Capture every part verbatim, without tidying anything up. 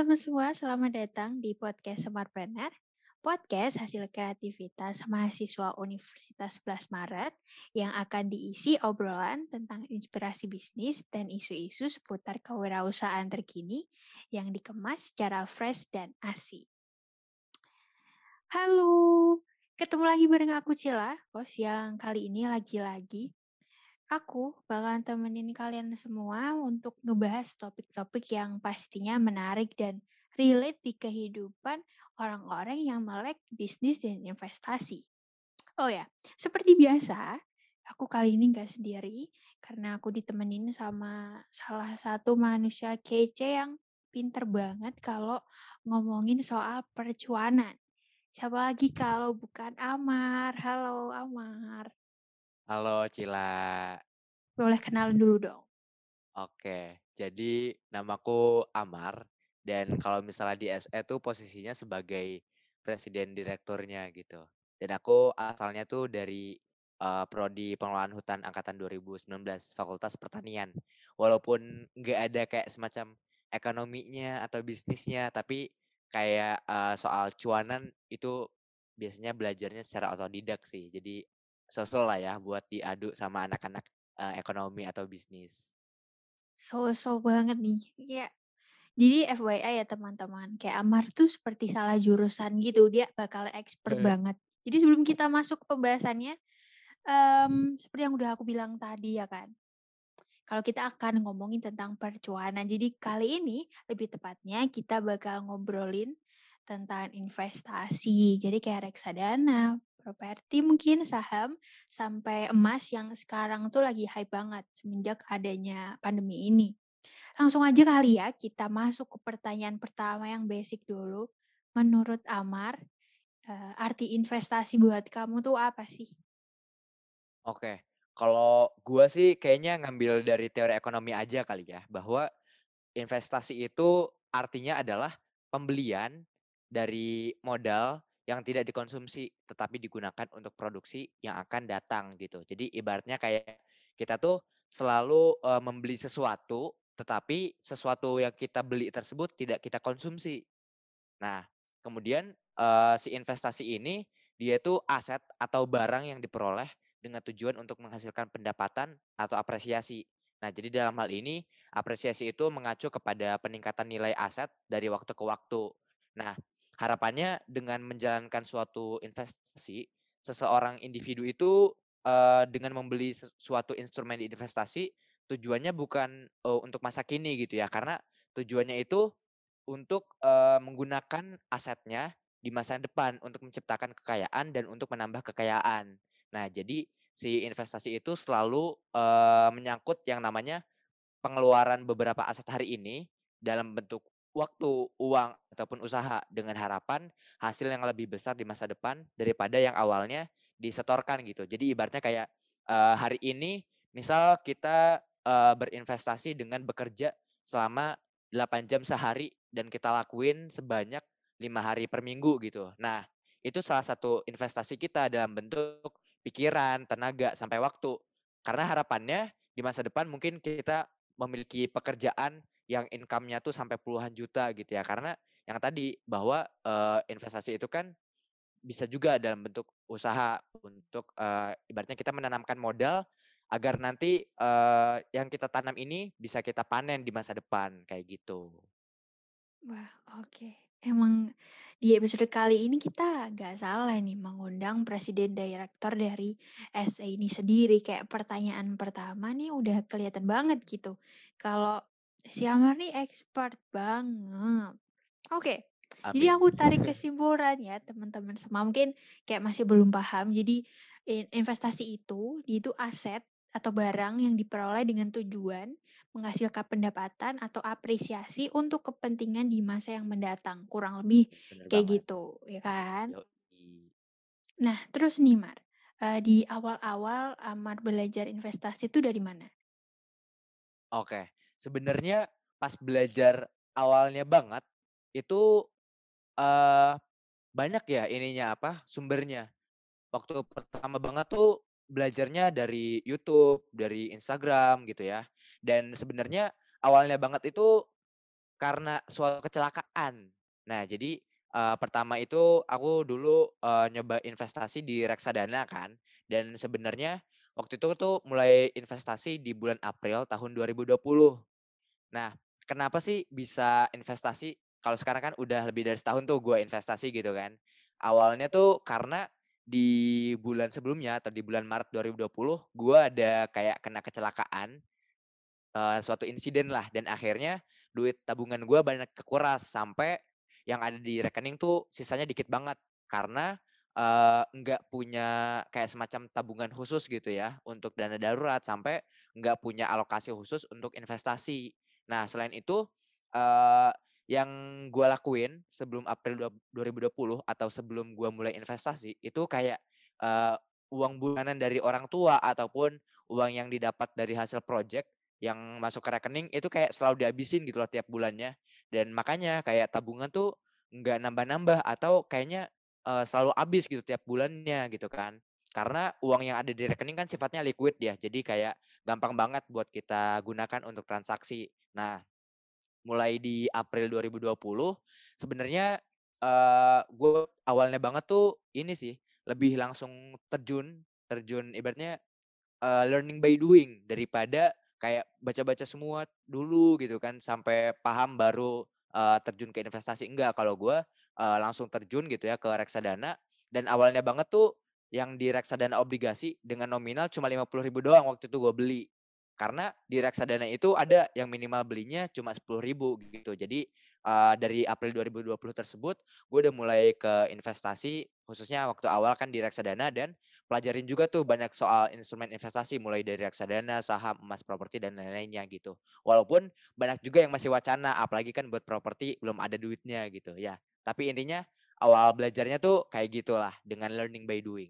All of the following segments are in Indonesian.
teman-teman semua, selamat datang di podcast Smartpreneur, podcast hasil kreativitas mahasiswa Universitas sebelas Maret yang akan diisi obrolan tentang inspirasi bisnis dan isu-isu seputar kewirausahaan terkini yang dikemas secara fresh dan asik. Halo, ketemu lagi bareng aku Cila, bos yang kali ini lagi-lagi aku bakalan temenin kalian semua untuk ngebahas topik-topik yang pastinya menarik dan relate di kehidupan orang-orang yang melek bisnis dan investasi. Oh ya, seperti biasa, aku kali ini nggak sendiri karena aku ditemenin sama salah satu manusia kece yang pinter banget kalau ngomongin soal percuanan. Siapa lagi kalau bukan Amar? Halo Amar. Halo Cila. Boleh kenalan dulu dong. Oke, jadi namaku Amar dan kalau misalnya di S E tuh posisinya sebagai presiden direkturnya gitu. Dan aku asalnya tuh dari eh, prodi pengelolaan hutan angkatan dua ribu sembilan belas Fakultas Pertanian. Walaupun nggak ada kayak semacam ekonominya atau bisnisnya, tapi kayak eh, soal cuanan itu biasanya belajarnya secara otodidak sih. Jadi sosok lah ya buat diadu sama anak-anak eh, ekonomi atau bisnis. So-so banget nih. Ya, jadi F Y I ya teman-teman, kayak Amar tuh seperti salah jurusan gitu, dia bakal expert banget. Jadi sebelum kita masuk ke pembahasannya, mmm, seperti yang udah aku bilang tadi ya kan, kalau kita akan ngomongin tentang percuanan. Jadi kali ini lebih tepatnya kita bakal ngobrolin tentang investasi. Jadi kayak reksadana, properti mungkin, saham, sampai emas yang sekarang tuh lagi hype banget semenjak adanya pandemi ini. Langsung aja kali ya kita masuk ke pertanyaan pertama yang basic dulu. Menurut Amar, eee, arti investasi buat kamu tuh apa sih? Oke, kalau gua sih kayaknya ngambil dari teori ekonomi aja kali ya, bahwa investasi itu artinya adalah pembelian dari modal yang tidak dikonsumsi, tetapi digunakan untuk produksi yang akan datang gitu. Jadi ibaratnya kayak kita tuh selalu, eee, membeli sesuatu, tetapi sesuatu yang kita beli tersebut tidak kita konsumsi. Nah, kemudian, eee, si investasi ini, dia itu aset atau barang yang diperoleh dengan tujuan untuk menghasilkan pendapatan atau apresiasi. Nah, jadi dalam hal ini, apresiasi itu mengacu kepada peningkatan nilai aset dari waktu ke waktu. Nah, harapannya dengan menjalankan suatu investasi, seseorang individu itu, eee, dengan membeli se suatu instrumen investasi, tujuannya bukan, eee, untuk masa kini gitu ya, karena tujuannya itu untuk, eee, menggunakan asetnya di masa depan untuk menciptakan kekayaan dan untuk menambah kekayaan. Nah, jadi si investasi itu selalu, eee, menyangkut yang namanya pengeluaran beberapa aset hari ini dalam bentuk waktu, uang, ataupun usaha dengan harapan hasil yang lebih besar di masa depan daripada yang awalnya disetorkan gitu. Jadi ibaratnya kayak, eee, hari ini misal kita, eee, berinvestasi dengan bekerja selama delapan jam sehari dan kita lakuin sebanyak lima hari per minggu gitu. Nah, itu salah satu investasi kita dalam bentuk pikiran, tenaga, sampai waktu. Karena harapannya di masa depan mungkin kita memiliki pekerjaan yang income-nya tuh sampai puluhan juta gitu ya. Karena yang tadi bahwa, eee, investasi itu kan bisa juga dalam bentuk usaha untuk, eee, ibaratnya kita menanamkan modal agar nanti, eee, yang kita tanam ini bisa kita panen di masa depan, kayak gitu. Wah, oke. Emang di episode kali ini kita nggak salah nih mengundang presiden direktur dari S E ini sendiri. Kayak pertanyaan pertama nih udah kelihatan banget gitu. Kalau si Amar nih expert banget. Oke, jadi Amin. aku tarik kesimpulan ya teman-teman semua, mungkin kayak masih belum paham. Jadi in investasi itu, dia itu aset atau barang yang diperoleh dengan tujuan menghasilkan pendapatan atau apresiasi untuk kepentingan di masa yang mendatang, kurang lebih Bener banget. kayak gitu, ya kan? Yoi. Nah, terus nih Mar, eee, di awal-awal Amar belajar investasi itu dari mana? Oke, sebenarnya pas belajar awalnya banget, itu, eee, banyak ya ininya, apa, sumbernya. Waktu pertama banget tuh belajarnya dari YouTube, dari Instagram gitu ya. Dan sebenarnya awalnya banget itu Karena suatu kecelakaan. Nah jadi, eee, pertama itu aku dulu, eee, nyoba investasi di reksadana kan, dan sebenarnya waktu itu tuh mulai investasi di bulan April tahun dua ribu dua puluh. Nah, kenapa sih bisa investasi kalau sekarang kan udah lebih dari setahun tuh gue investasi gitu kan. Awalnya tuh karena di bulan sebelumnya atau di bulan Maret dua ribu dua puluh gue ada kayak kena kecelakaan. Eee, suatu insiden lah dan akhirnya duit tabungan gua banyak kekuras sampai yang ada di rekening tuh sisanya dikit banget karena, eee, nggak punya kayak semacam tabungan khusus gitu ya untuk dana darurat sampai nggak punya alokasi khusus untuk investasi. Nah selain itu, eee, yang gua lakuin sebelum April dua dua ribu dua puluh atau sebelum gua mulai investasi itu kayak, eee, uang bulanan dari orang tua ataupun uang yang didapat dari hasil project yang masuk ke rekening itu kayak selalu dihabisin gitu loh tiap bulannya, dan makanya kayak tabungan tuh nggak nambah-nambah atau kayaknya, eee, selalu habis gitu tiap bulannya gitu kan. Karena uang yang ada di rekening kan sifatnya liquid ya, jadi kayak gampang banget buat kita gunakan untuk transaksi. Nah, mulai di April dua ribu dua puluh sebenarnya, eee, gue awalnya banget tuh ini sih, lebih langsung terjun terjun ibaratnya Eee, learning by doing daripada kayak baca-baca semua dulu gitu kan sampai paham baru, eee, terjun ke investasi. Enggak, kalau gue, eee, langsung terjun gitu ya ke reksadana dan awalnya banget tuh yang di reksadana obligasi dengan nominal cuma lima puluh ribu doang waktu itu gue beli. Karena di reksadana itu ada yang minimal belinya cuma sepuluh ribu gitu. Jadi, eee, dari April dua ribu dua puluh tersebut gue udah mulai ke investasi khususnya waktu awal kan di reksadana dan pelajarin juga tuh banyak soal instrumen investasi mulai dari reksadana, saham, emas, properti dan lain-lainnya gitu. Walaupun banyak juga yang masih wacana apalagi kan buat properti belum ada duitnya gitu ya. Tapi intinya awal belajarnya tuh kayak gitulah dengan learning by doing.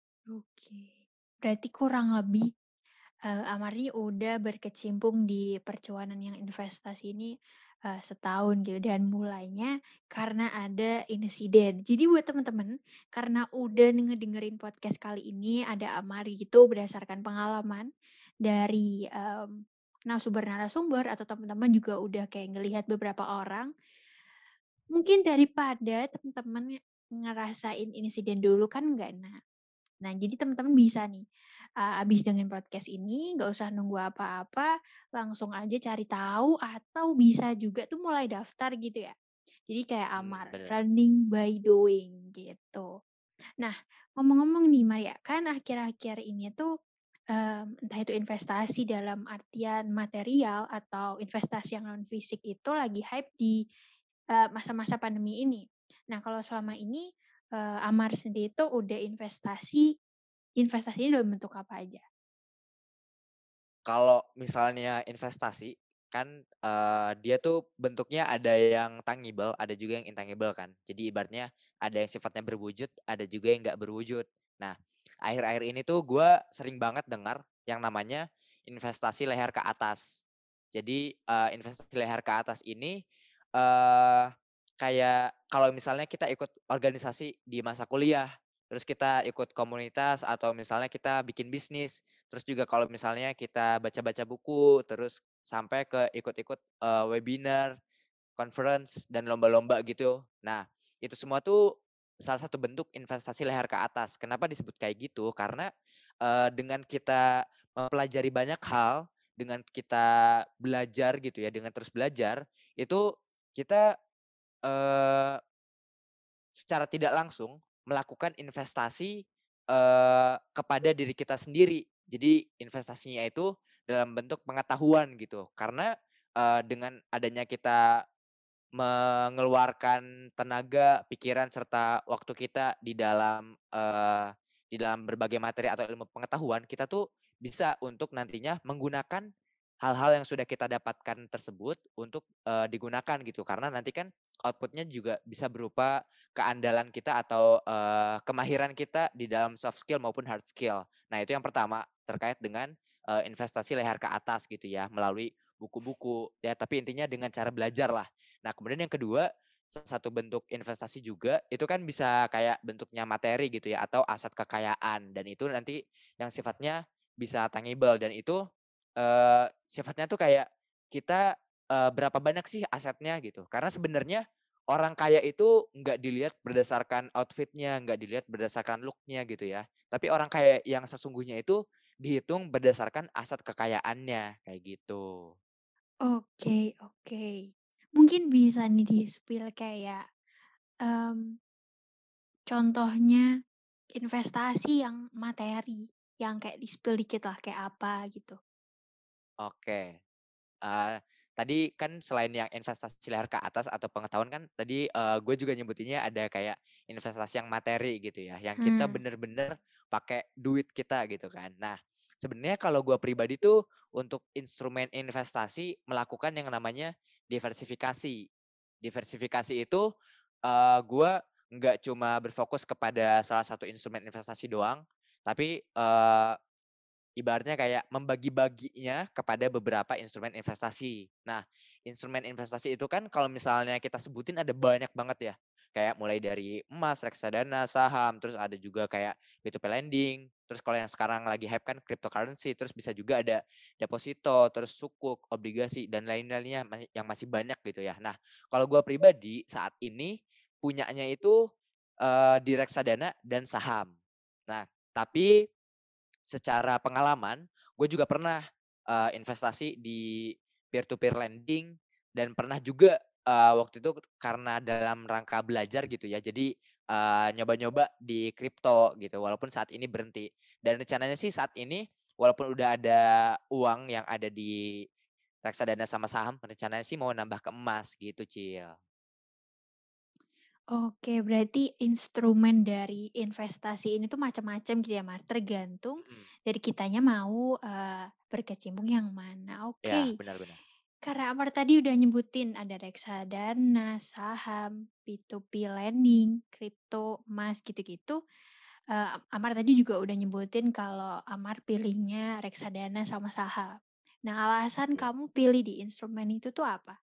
Oke. Berarti kurang lebih, eee, Amari udah berkecimpung di percuanan yang investasi ini, eee, setahun gitu dan mulainya karena ada insiden. Jadi buat teman-teman, karena udah ngedengerin podcast kali ini ada Amari gitu berdasarkan pengalaman dari, mmm, narasumber-narasumber atau teman-teman juga udah kayak ngelihat beberapa orang, mungkin daripada teman-teman ngerasain insiden dulu kan nggak enak. Nah, jadi teman-teman bisa nih, eee, habis dengan podcast ini nggak usah nunggu apa-apa, langsung aja cari tahu atau bisa juga tuh mulai daftar gitu ya. Jadi kayak Mmm, Amar, bener. learning by doing gitu. Nah, ngomong-ngomong nih Maria, kan akhir-akhir ini tuh, mmm, entah itu investasi dalam artian material atau investasi yang non fisik itu lagi hype di, eee, masa-masa pandemi ini. Nah, kalau selama ini, eee, Amar sendiri tuh udah investasi investasinya dalam bentuk apa aja? Kalau misalnya investasi, kan, eee, dia tuh bentuknya ada yang tangible, ada juga yang intangible kan. Jadi ibaratnya ada yang sifatnya berwujud, ada juga yang nggak berwujud. Nah, akhir-akhir ini tuh gue sering banget dengar yang namanya investasi leher ke atas. Jadi, eee, investasi leher ke atas ini, eee, kayak kalau misalnya kita ikut organisasi di masa kuliah, terus kita ikut komunitas atau misalnya kita bikin bisnis. Terus juga kalau misalnya kita baca-baca buku, terus sampai ke ikut-ikut, eee, webinar, conference, dan lomba-lomba gitu. Nah, itu semua tuh salah satu bentuk investasi leher ke atas. Kenapa disebut kayak gitu? Karena, eee, dengan kita mempelajari banyak hal, dengan kita belajar gitu ya, dengan terus belajar, itu kita, eee secara tidak langsung melakukan investasi, eee, kepada diri kita sendiri. Jadi investasinya itu dalam bentuk pengetahuan gitu. Karena, eee, dengan adanya kita mengeluarkan tenaga, pikiran, serta waktu kita di dalam, eee, di dalam berbagai materi atau ilmu pengetahuan, kita tuh bisa untuk nantinya menggunakan hal-hal yang sudah kita dapatkan tersebut untuk, eee, digunakan gitu. Karena nanti kan output-nya juga bisa berupa keandalan kita atau, eee, kemahiran kita di dalam soft skill maupun hard skill. Nah itu yang pertama, terkait dengan, eee, investasi leher ke atas gitu ya, melalui buku-buku, ya tapi intinya dengan cara belajar lah. Nah, kemudian yang kedua, salah satu bentuk investasi juga, itu kan bisa kayak bentuknya materi gitu ya, atau aset kekayaan, dan itu nanti yang sifatnya bisa tangible dan itu, eee, sifatnya tuh kayak kita eee, berapa banyak sih asetnya gitu. Karena sebenarnya orang kaya itu nggak dilihat berdasarkan outfit-nya, nggak dilihat berdasarkan look-nya gitu ya. Tapi orang kaya yang sesungguhnya itu dihitung berdasarkan aset kekayaannya, kayak gitu. Oke oke. Mungkin bisa nih di-spill kayak, mmm, contohnya investasi yang materi, yang kayak di-spill dikit lah, kayak apa gitu? Oke. Eee, Tadi kan selain yang investasi leher ke atas atau pengetahuan kan tadi, eee, gue juga nyebutinnya ada kayak investasi yang materi gitu ya, yang kita Hmm. bener-bener pakai duit kita gitu kan. Nah, sebenarnya kalau gue pribadi tuh untuk instrumen investasi melakukan yang namanya diversifikasi. Diversifikasi itu, eee, gue nggak cuma berfokus kepada salah satu instrumen investasi doang, tapi, eee ibaratnya kayak membagi-baginya kepada beberapa instrumen investasi. Nah, instrumen investasi itu kan kalau misalnya kita sebutin ada banyak banget ya. Kayak mulai dari emas, reksadana, saham, terus ada juga kayak P two P lending, terus kalau yang sekarang lagi hype kan cryptocurrency, terus bisa juga ada deposito, terus sukuk, obligasi, dan lain-lainnya ma yang masih banyak gitu ya. Nah, kalau gua pribadi saat ini punyanya itu, eee, di reksadana dan saham. Nah, tapi secara pengalaman, gue juga pernah, eee, investasi di peer to peer lending dan pernah juga, eee, waktu itu karena dalam rangka belajar gitu ya, jadi, eee, nyoba-nyoba di kripto gitu, walaupun saat ini berhenti. Dan rencananya sih saat ini, walaupun udah ada uang yang ada di reksadana sama saham, rencananya sih mau nambah ke emas gitu, Cil. Oke, berarti instrumen dari investasi ini tuh macam-macam gitu ya, Mas, tergantung Mhm, dari kitanya mau, eee, berkecimpung yang mana. iya, Oke, benar benar. karena Amar tadi udah nyebutin ada reksadana, saham, P two P lending, kripto, emas, gitu-gitu, eee, Amar tadi juga udah nyebutin kalau Amar pilihnya reksadana sama saham. Nah, alasan Iya. kamu pilih di instrumen itu tuh apa?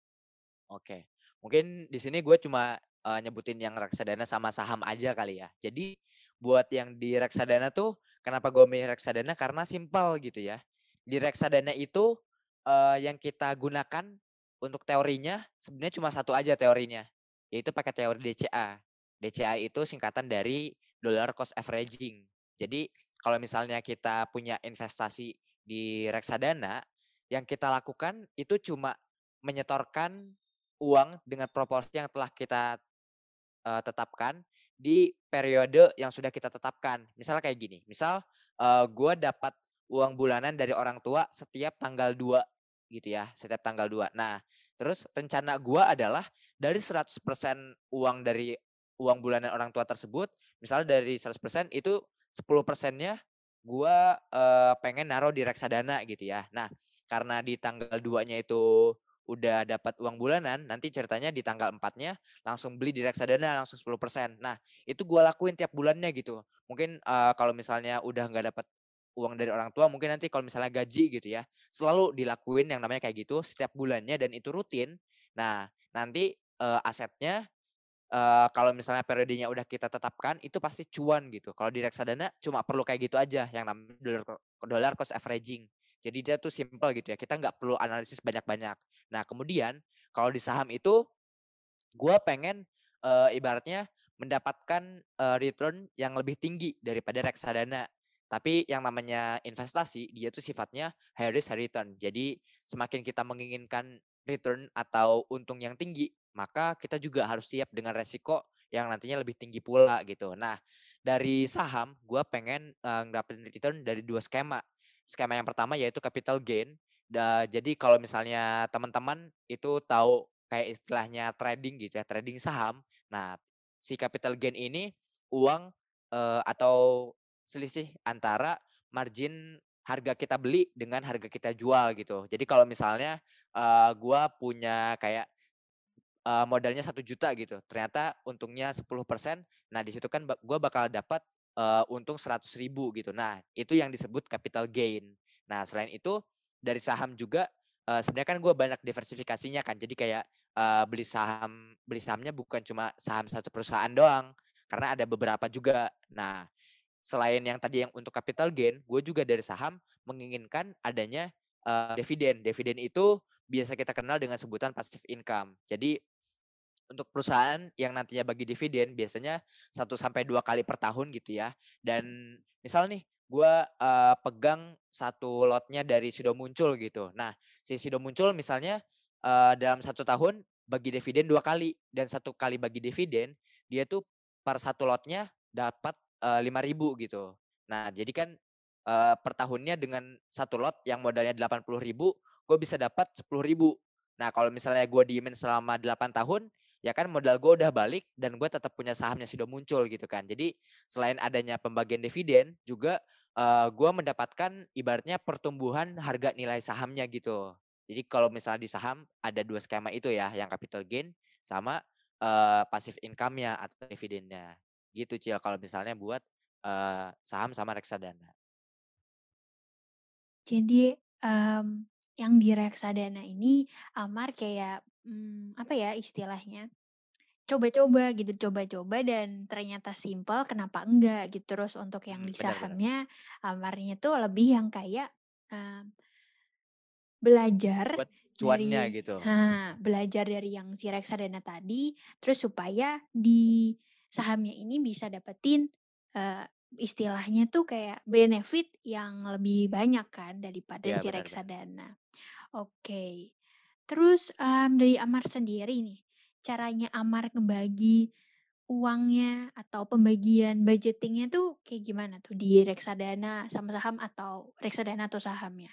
Oke, mungkin di sini gue cuma, eee, nyebutin yang reksadana sama saham aja kali ya. Jadi buat yang di reksadana tuh kenapa gue milih reksadana karena simpel gitu ya. Di reksadana itu, eee, yang kita gunakan untuk teorinya sebenarnya cuma satu aja teorinya, yaitu pakai teori D C A. D C A itu singkatan dari dollar cost averaging. Jadi kalau misalnya kita punya investasi di reksadana, yang kita lakukan itu cuma menyetorkan uang dengan proporsi yang telah kita, eee, tetapkan di periode yang sudah kita tetapkan. Misal kayak gini, misal, eee, gua dapat uang bulanan dari orang tua setiap tanggal dua gitu ya, setiap tanggal dua. Nah, terus rencana gua adalah dari seratus persen uang dari uang bulanan orang tua tersebut, misal dari seratus persen itu sepuluh persennya gua, eee, pengen naruh di reksadana gitu ya. Nah, karena di tanggal duanya itu udah dapat uang bulanan, nanti ceritanya di tanggal empatnya langsung beli di reksadana langsung sepuluh persen. Nah, itu gua lakuin tiap bulannya gitu. Mungkin, eee, kalau misalnya udah nggak dapat uang dari orang tua, mungkin nanti kalau misalnya gaji gitu ya, selalu dilakuin yang namanya kayak gitu setiap bulannya dan itu rutin. Nah, nanti, eee, asetnya, eee, kalau misalnya periodenya udah kita tetapkan, itu pasti cuan gitu. Kalau di reksadana cuma perlu kayak gitu aja yang namanya dollar co dollar cost averaging. Jadi dia tuh simpel gitu ya, kita nggak perlu analisis banyak-banyak. Nah, kemudian kalau di saham itu gua pengen, eee, ibaratnya mendapatkan, eee, return yang lebih tinggi daripada reksadana. Tapi yang namanya investasi, dia tuh sifatnya high risk, high return. Jadi semakin kita menginginkan return atau untung yang tinggi, maka kita juga harus siap dengan resiko yang nantinya lebih tinggi pula gitu. Nah, dari saham gua pengen, eee, ngedapetin return dari dua skema. Skema yang pertama yaitu capital gain, da jadi kalau misalnya teman-teman itu tahu kayak istilahnya trading gitu ya, trading saham. Nah, si capital gain ini uang, eee, atau selisih antara margin harga kita beli dengan harga kita jual gitu. Jadi kalau misalnya, eee, gua punya kayak, eee, modalnya satu juta gitu, ternyata untungnya sepuluh persen. Nah di situ kan ba gua bakal dapat, eee, untung seratus ribu gitu. Nah itu yang disebut capital gain. Nah selain itu dari saham juga, eee, sebenarnya kan gua banyak diversifikasinya kan. Jadi kayak, eee, beli saham beli sahamnya bukan cuma saham satu perusahaan doang, karena ada beberapa juga. Nah selain yang tadi yang untuk capital gain, gue juga dari saham menginginkan adanya, eee, dividen. Dividen itu biasa kita kenal dengan sebutan passive income. Jadi untuk perusahaan yang nantinya bagi dividen biasanya satu sampai dua kali per tahun gitu ya. Dan misal nih gua, eee, pegang satu lotnya dari Sido Muncul gitu. Nah, si Sido Muncul misalnya, eee, dalam satu tahun bagi dividen dua kali dan satu kali bagi dividen dia tuh per satu lotnya dapat, eee, lima ribu gitu. Nah, jadi kan, eee, per tahunnya dengan satu lot yang modalnya delapan puluh ribu gue bisa dapat sepuluh ribu. Nah, kalau misalnya gue diemin selama delapan tahun, ya kan modal gue udah balik dan gue tetap punya sahamnya Sido Muncul gitu kan. Jadi selain adanya pembagian dividen juga, eee, gue mendapatkan ibaratnya pertumbuhan harga nilai sahamnya gitu. Jadi kalau misalnya di saham ada dua skema itu ya, yang capital gain sama, eee, passive income-nya atau dividennya. Gitu Cil kalau misalnya buat, eee, saham sama reksadana. Jadi, mmm, yang di reksadana ini Amar kayak, mmm, apa ya istilahnya, coba-coba gitu, coba-coba dan ternyata simpel, kenapa enggak gitu. Terus untuk yang Mhm, di benar benar. sahamnya, Amarnya tuh lebih yang kayak, eee, belajar Buat cuannya dari gitu. nah, belajar dari yang si reksadana tadi, terus supaya di sahamnya ini bisa dapetin, eee, istilahnya tuh kayak benefit yang lebih banyak kan daripada Iya si benar benar. reksadana. Oke. Terus, mmm, dari Amar sendiri nih, caranya Amar ngebagi uangnya atau pembagian budgeting-nya tuh kayak gimana tuh di reksadana sama saham atau reksadana atau sahamnya?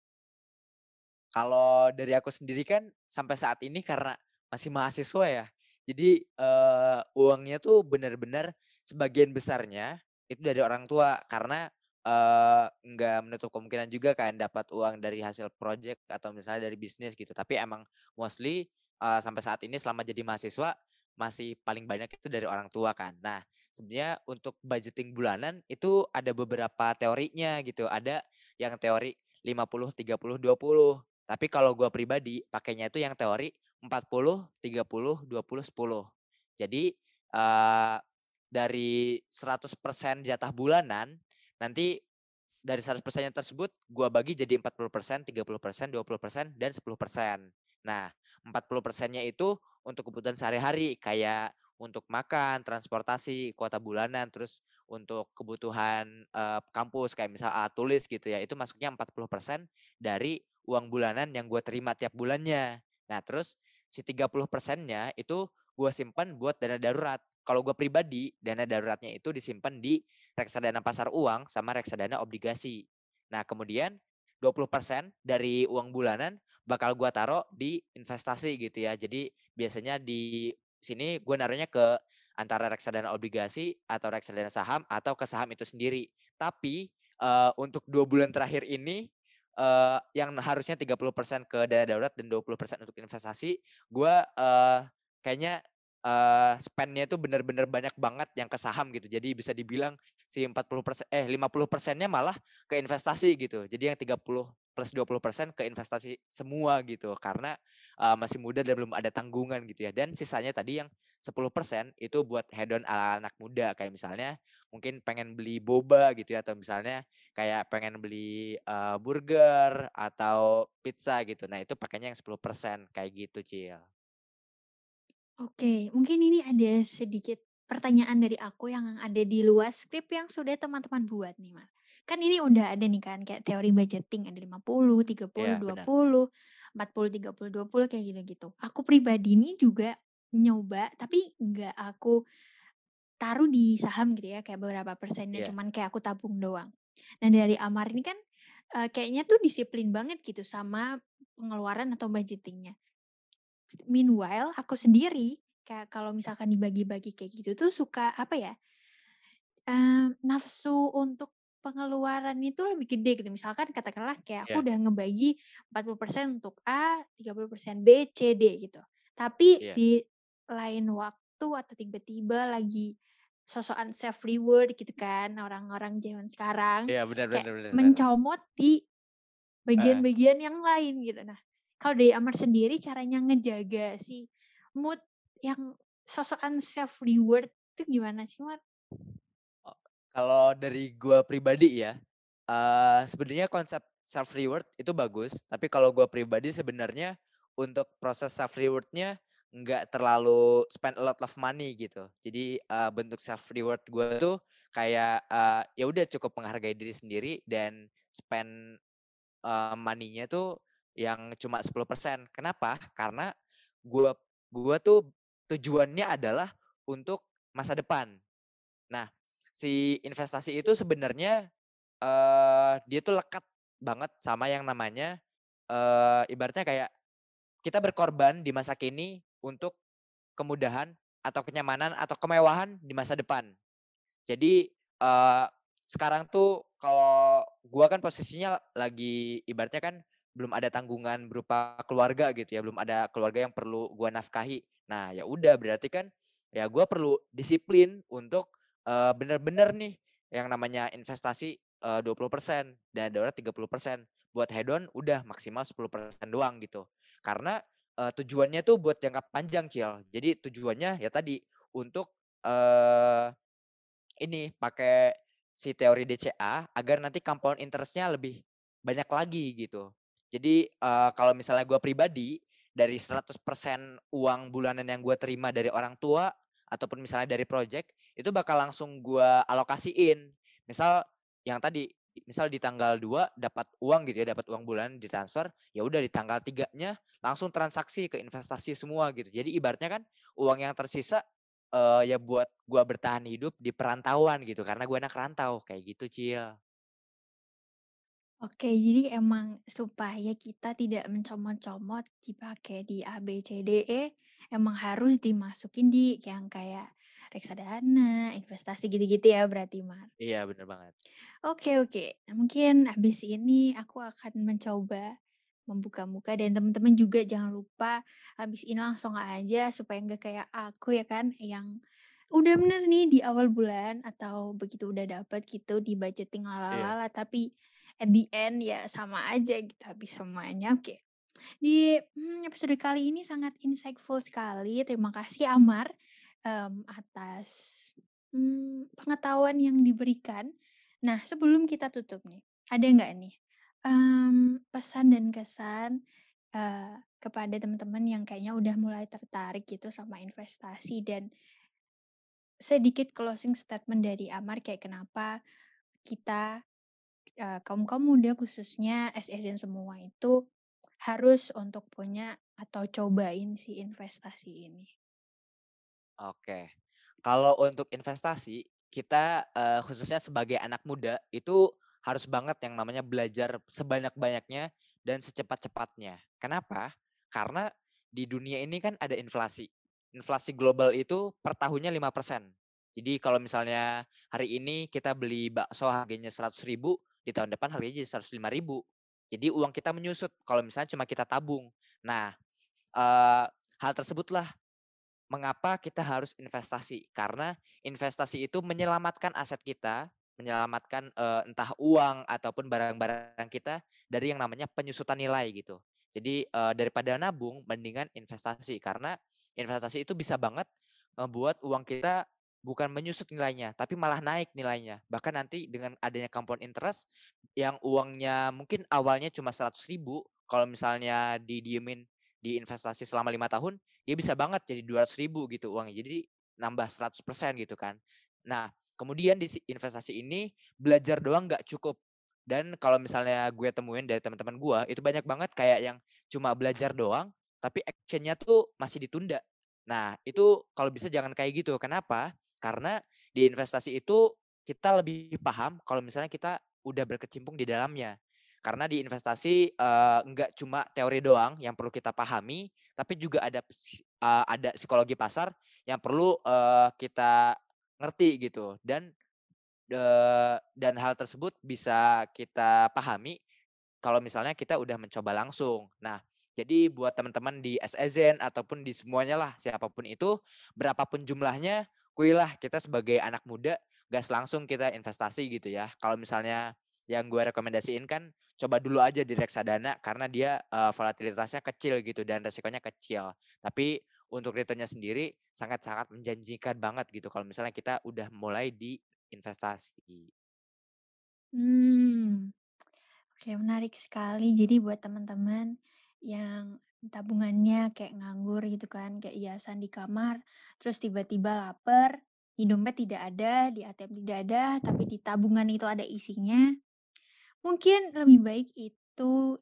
Kalau dari aku sendiri kan sampai saat ini karena masih mahasiswa ya, jadi, eee, uangnya tuh benar-benar sebagian besarnya itu dari orang tua karena, eee, nggak menutup kemungkinan juga kan dapat uang dari hasil project atau misalnya dari bisnis gitu. Tapi emang mostly, eee, sampai saat ini selama jadi mahasiswa masih paling banyak itu dari orang tua kan. Nah, sebenarnya untuk budgeting bulanan itu ada beberapa teorinya gitu, ada yang teori lima puluh, tiga puluh, dua puluh. Tapi kalau gua pribadi pakainya itu yang teori empat puluh, tiga puluh, dua puluh, sepuluh. Jadi, eee, dari seratus persen jatah bulanan, nanti dari seratus persennya tersebut gua bagi jadi empat puluh persen, tiga puluh persen, dua puluh persen, dan sepuluh persen. Nah, empat puluh persennya itu untuk kebutuhan sehari-hari kayak untuk makan, transportasi, kuota bulanan, terus untuk kebutuhan, eee, kampus kayak misal alat tulis gitu ya, itu masuknya empat puluh persen dari uang bulanan yang gue terima tiap bulannya. Nah, terus si tiga puluh persennya itu gue simpan buat dana darurat. Kalau gue pribadi, dana daruratnya itu disimpan di reksadana pasar uang sama reksadana obligasi. Nah, kemudian dua puluh persen dari uang bulanan bakal gua taruh di investasi gitu ya. Jadi biasanya di sini gue naruhnya ke antara reksadana obligasi atau reksadana saham atau ke saham itu sendiri. Tapi, eee, untuk dua bulan terakhir ini, eee, yang harusnya tiga puluh persen ke dana darurat dan dua puluh persen untuk investasi, gua, eee, kayaknya, eee, spend-nya itu bener-bener banyak banget yang ke saham gitu. Jadi bisa dibilang si empat puluh persen eh lima puluh persennya malah ke investasi gitu. Jadi yang tiga puluh plus dua puluh persen ke investasi semua gitu. Karena, eee, masih muda dan belum ada tanggungan gitu ya. Dan sisanya tadi yang sepuluh persen itu buat hedon ala anak muda. Kayak misalnya mungkin pengen beli boba gitu ya, atau misalnya kayak pengen beli, eee, burger atau pizza gitu. Nah itu pakainya yang sepuluh persen kayak gitu, Cil. Oke, mungkin ini ada sedikit pertanyaan dari aku yang ada di luar skrip yang sudah teman-teman buat nih, Mas. Kan ini udah ada nih kan kayak teori budgeting ada lima puluh, tiga puluh, Iya dua benar. puluh, empat puluh, tiga puluh, dua puluh kayak gitu-gitu. Aku pribadi ini juga nyoba tapi nggak aku taruh di saham gitu ya, kayak beberapa persennya, Iya cuman kayak aku tabung doang. Nah dari Amar ini kan, eee, kayaknya tuh disiplin banget gitu sama pengeluaran atau budgeting-nya. Meanwhile aku sendiri, kayak kalau misalkan dibagi-bagi kayak gitu tuh suka apa ya, eee, nafsu untuk pengeluaran itu lebih gede gitu. Misalkan katakanlah kayak aku iya udah ngebagi empat puluh persen untuk A, tiga puluh persen B, C, D gitu. Tapi iya. di lain waktu atau tiba-tiba lagi sosokan self reward gitu kan orang-orang zaman sekarang, Iya benar kayak benar benar benar. mencomot di Heeh. bagian-bagian yang lain gitu. Nah, kalau dari Amar sendiri caranya ngejaga si mood yang sosokan self reward itu gimana sih, Mar? O kalau dari gua pribadi ya, eee, sebenarnya konsep self reward itu bagus, tapi kalau gue pribadi sebenarnya untuk proses self reward-nya nggak terlalu spend a lot of money gitu. Jadi, eee, bentuk self reward gue tuh kayak, eee, ya udah cukup menghargai diri sendiri dan spend, eee, money-nya tuh yang cuma sepuluh persen. Kenapa? Karena gua gua tuh tujuannya adalah untuk masa depan. Nah, si investasi itu sebenarnya, eee, dia tuh lekat banget sama yang namanya, eee, ibaratnya kayak kita berkorban di masa kini untuk kemudahan atau kenyamanan atau kemewahan di masa depan. Jadi, eee, sekarang tuh kalau gua kan posisinya lagi ibaratnya kan belum ada tanggungan berupa keluarga gitu ya, belum ada keluarga yang perlu gua nafkahi. Nah, ya udah berarti kan ya gua perlu disiplin untuk, eee, bener-bener nih yang namanya investasi, eee, dua puluh persen dan darurat tiga puluh persen. Buat hedon udah maksimal sepuluh persen doang gitu. Karena, eee, tujuannya tuh buat jangka panjang, Cil. Jadi tujuannya ya tadi untuk, eee ini, pakai si teori D C A agar nanti compound interest-nya lebih banyak lagi gitu. Jadi, eee, kalau misalnya gua pribadi, dari seratus persen uang bulanan yang gua terima dari orang tua, ataupun misalnya dari project, itu bakal langsung gua alokasiin. Misal yang tadi, misal di tanggal dua dapat uang gitu ya, dapat uang bulanan ditransfer, ya udah di tanggal tiganya langsung transaksi ke investasi semua gitu. Jadi ibaratnya kan uang yang tersisa Eee, ya buat gua bertahan hidup di perantauan gitu, karena gua anak rantau, kayak gitu, Cil. Oke, jadi emang supaya kita tidak mencomot-comot dipakai di A, B, C, D, E, emang harus dimasukin di yang kayak reksadana, investasi gitu-gitu ya berarti, Mar? Iya, bener banget. Oke oke, mungkin habis ini aku akan mencoba membuka-buka dan teman-teman juga jangan lupa habis ini langsung aja supaya nggak kayak aku ya kan, yang udah bener nih di awal bulan atau begitu udah dapet gitu di-budgeting Iya. lalalala tapi at the end ya sama aja gitu habis semuanya. Oke, di, mmm, episode kali ini sangat insightful sekali. Terima kasih Amar, mmm, atas, mmm, pengetahuan yang diberikan. Nah, sebelum kita tutup nih, ada nggak nih, mmm, pesan dan kesan, eee, kepada teman-teman yang kayaknya udah mulai tertarik gitu sama investasi dan sedikit closing statement dari Amar kayak kenapa kita Eee, kaum-kaum muda khususnya S-S-an semua itu harus untuk punya atau cobain si investasi ini. Oke. Kalau untuk investasi, kita, eee, khususnya sebagai anak muda, itu harus banget yang namanya belajar sebanyak-banyaknya dan secepat-cepatnya. Kenapa? Karena di dunia ini kan ada inflasi. Inflasi global itu per tahunnya lima persen. Jadi kalau misalnya hari ini kita beli bakso harganya seratus ribu, di tahun depan harganya jadi seratus lima ribu. Jadi uang kita menyusut kalau misalnya cuma kita tabung. Nah, eee, hal tersebutlah mengapa kita harus investasi? Karena investasi itu menyelamatkan aset kita, menyelamatkan, eee, entah uang ataupun barang-barang kita dari yang namanya penyusutan nilai gitu. Jadi, eee, daripada nabung mendingan investasi, karena investasi itu bisa banget ngebuat uang kita bukan menyusut nilainya, tapi malah naik nilainya. Bahkan nanti dengan adanya compound interest yang uangnya mungkin awalnya cuma seratus ribu, kalau misalnya didiemin di investasi selama lima tahun, dia bisa banget jadi dua ratus ribu gitu uangnya, jadi nambah seratus persen gitu kan. Nah, kemudian di si investasi ini belajar doang nggak cukup, dan kalau misalnya gue temuin dari teman-teman gue, itu banyak banget kayak yang cuma belajar doang, tapi action-nya tuh masih ditunda. Nah, itu kalau bisa jangan kayak gitu, kenapa? Karena di investasi itu kita lebih paham kalau misalnya kita udah berkecimpung di dalamnya. Karena di investasi, eee, enggak cuma teori doang yang perlu kita pahami, tapi juga ada psi eee, ada psikologi pasar yang perlu, eee, kita ngerti gitu dan, eee, dan hal tersebut bisa kita pahami kalau misalnya kita udah mencoba langsung. Nah, jadi buat teman-teman di S E Z N ataupun di semuanya lah, siapapun itu, berapapun jumlahnya, kuilah kita sebagai anak muda gas langsung kita investasi gitu ya. Kalau misalnya yang gue rekomendasiin kan coba dulu aja di reksadana karena dia, eee, volatilitasnya kecil gitu dan resikonya kecil. Tapi untuk return-nya sendiri sangat-sangat menjanjikan banget gitu kalau misalnya kita udah mulai di investasi. Mmm. Oke, menarik sekali. Jadi buat teman-teman yang tabungannya kayak nganggur gitu kan, kayak hiasan di kamar, terus tiba-tiba lapar, di dompet tidak ada, di A T M tidak ada, tapi di tabungan itu ada isinya. Mungkin lebih baik itu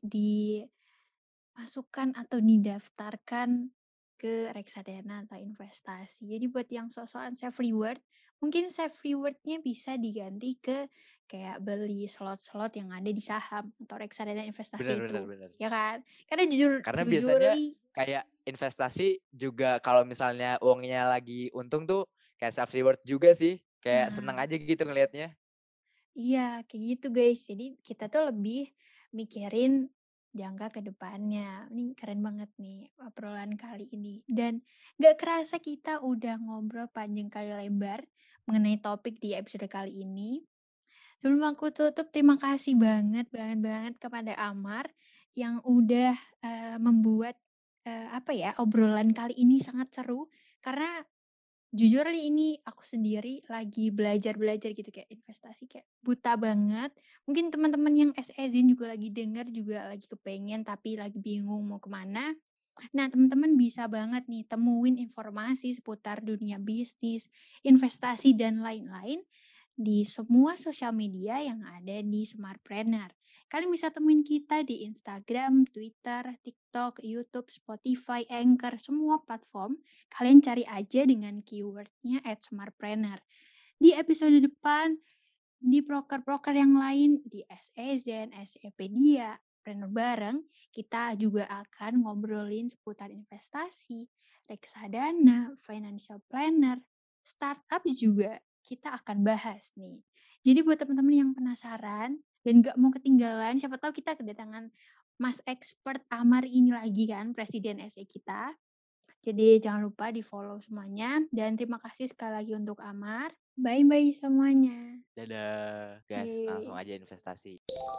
dimasukkan atau didaftarkan ke reksadana atau investasi. Jadi buat yang sok-sokan self reward, mungkin self reward-nya bisa diganti ke kayak beli slot-slot yang ada di saham atau reksadana Bener investasi bener itu, bener. ya kan? Karena jujur Karena biasanya jujurly kayak investasi juga kalau misalnya uangnya lagi untung tuh kayak self reward juga sih, kayak seneng nah, aja gitu ngelihatnya. iya, kayak gitu guys. Jadi kita tuh lebih mikirin jangka ke depannya. Ini keren banget nih obrolan kali ini. Dan gak kerasa kita udah ngobrol panjang kali lebar mengenai topik di episode kali ini. Sebelum aku tutup, terima kasih banget banget banget kepada Amar yang udah eh, membuat eh, apa ya obrolan kali ini sangat seru karena jujur li ini aku sendiri lagi belajar-belajar gitu kayak investasi kayak buta banget. Mungkin teman-teman yang S E Zin juga lagi denger juga lagi kepengen tapi lagi bingung mau kemana. Nah, teman-teman bisa banget nih temuin informasi seputar dunia bisnis, investasi dan lain-lain di semua sosial media yang ada di Smartpreneur. Kalian bisa temuin kita di Instagram, Twitter, TikTok, YouTube, Spotify, Anchor, semua platform. Kalian cari aja dengan keywordnya at Smartpreneur. Di episode depan, di broker-broker yang lain, di S E Z, SEpedia, Planner bareng, kita juga akan ngobrolin seputar investasi, reksadana, financial planner, startup juga kita akan bahas nih. Jadi buat teman-teman yang penasaran dan gak mau ketinggalan, siapa tahu kita kedatangan Mas Expert Amar ini lagi kan, Presiden S E kita. Jadi jangan lupa di follow semuanya dan terima kasih sekali lagi untuk Amar. Bye-bye semuanya. Dadah, gas, langsung Yeay. aja investasi.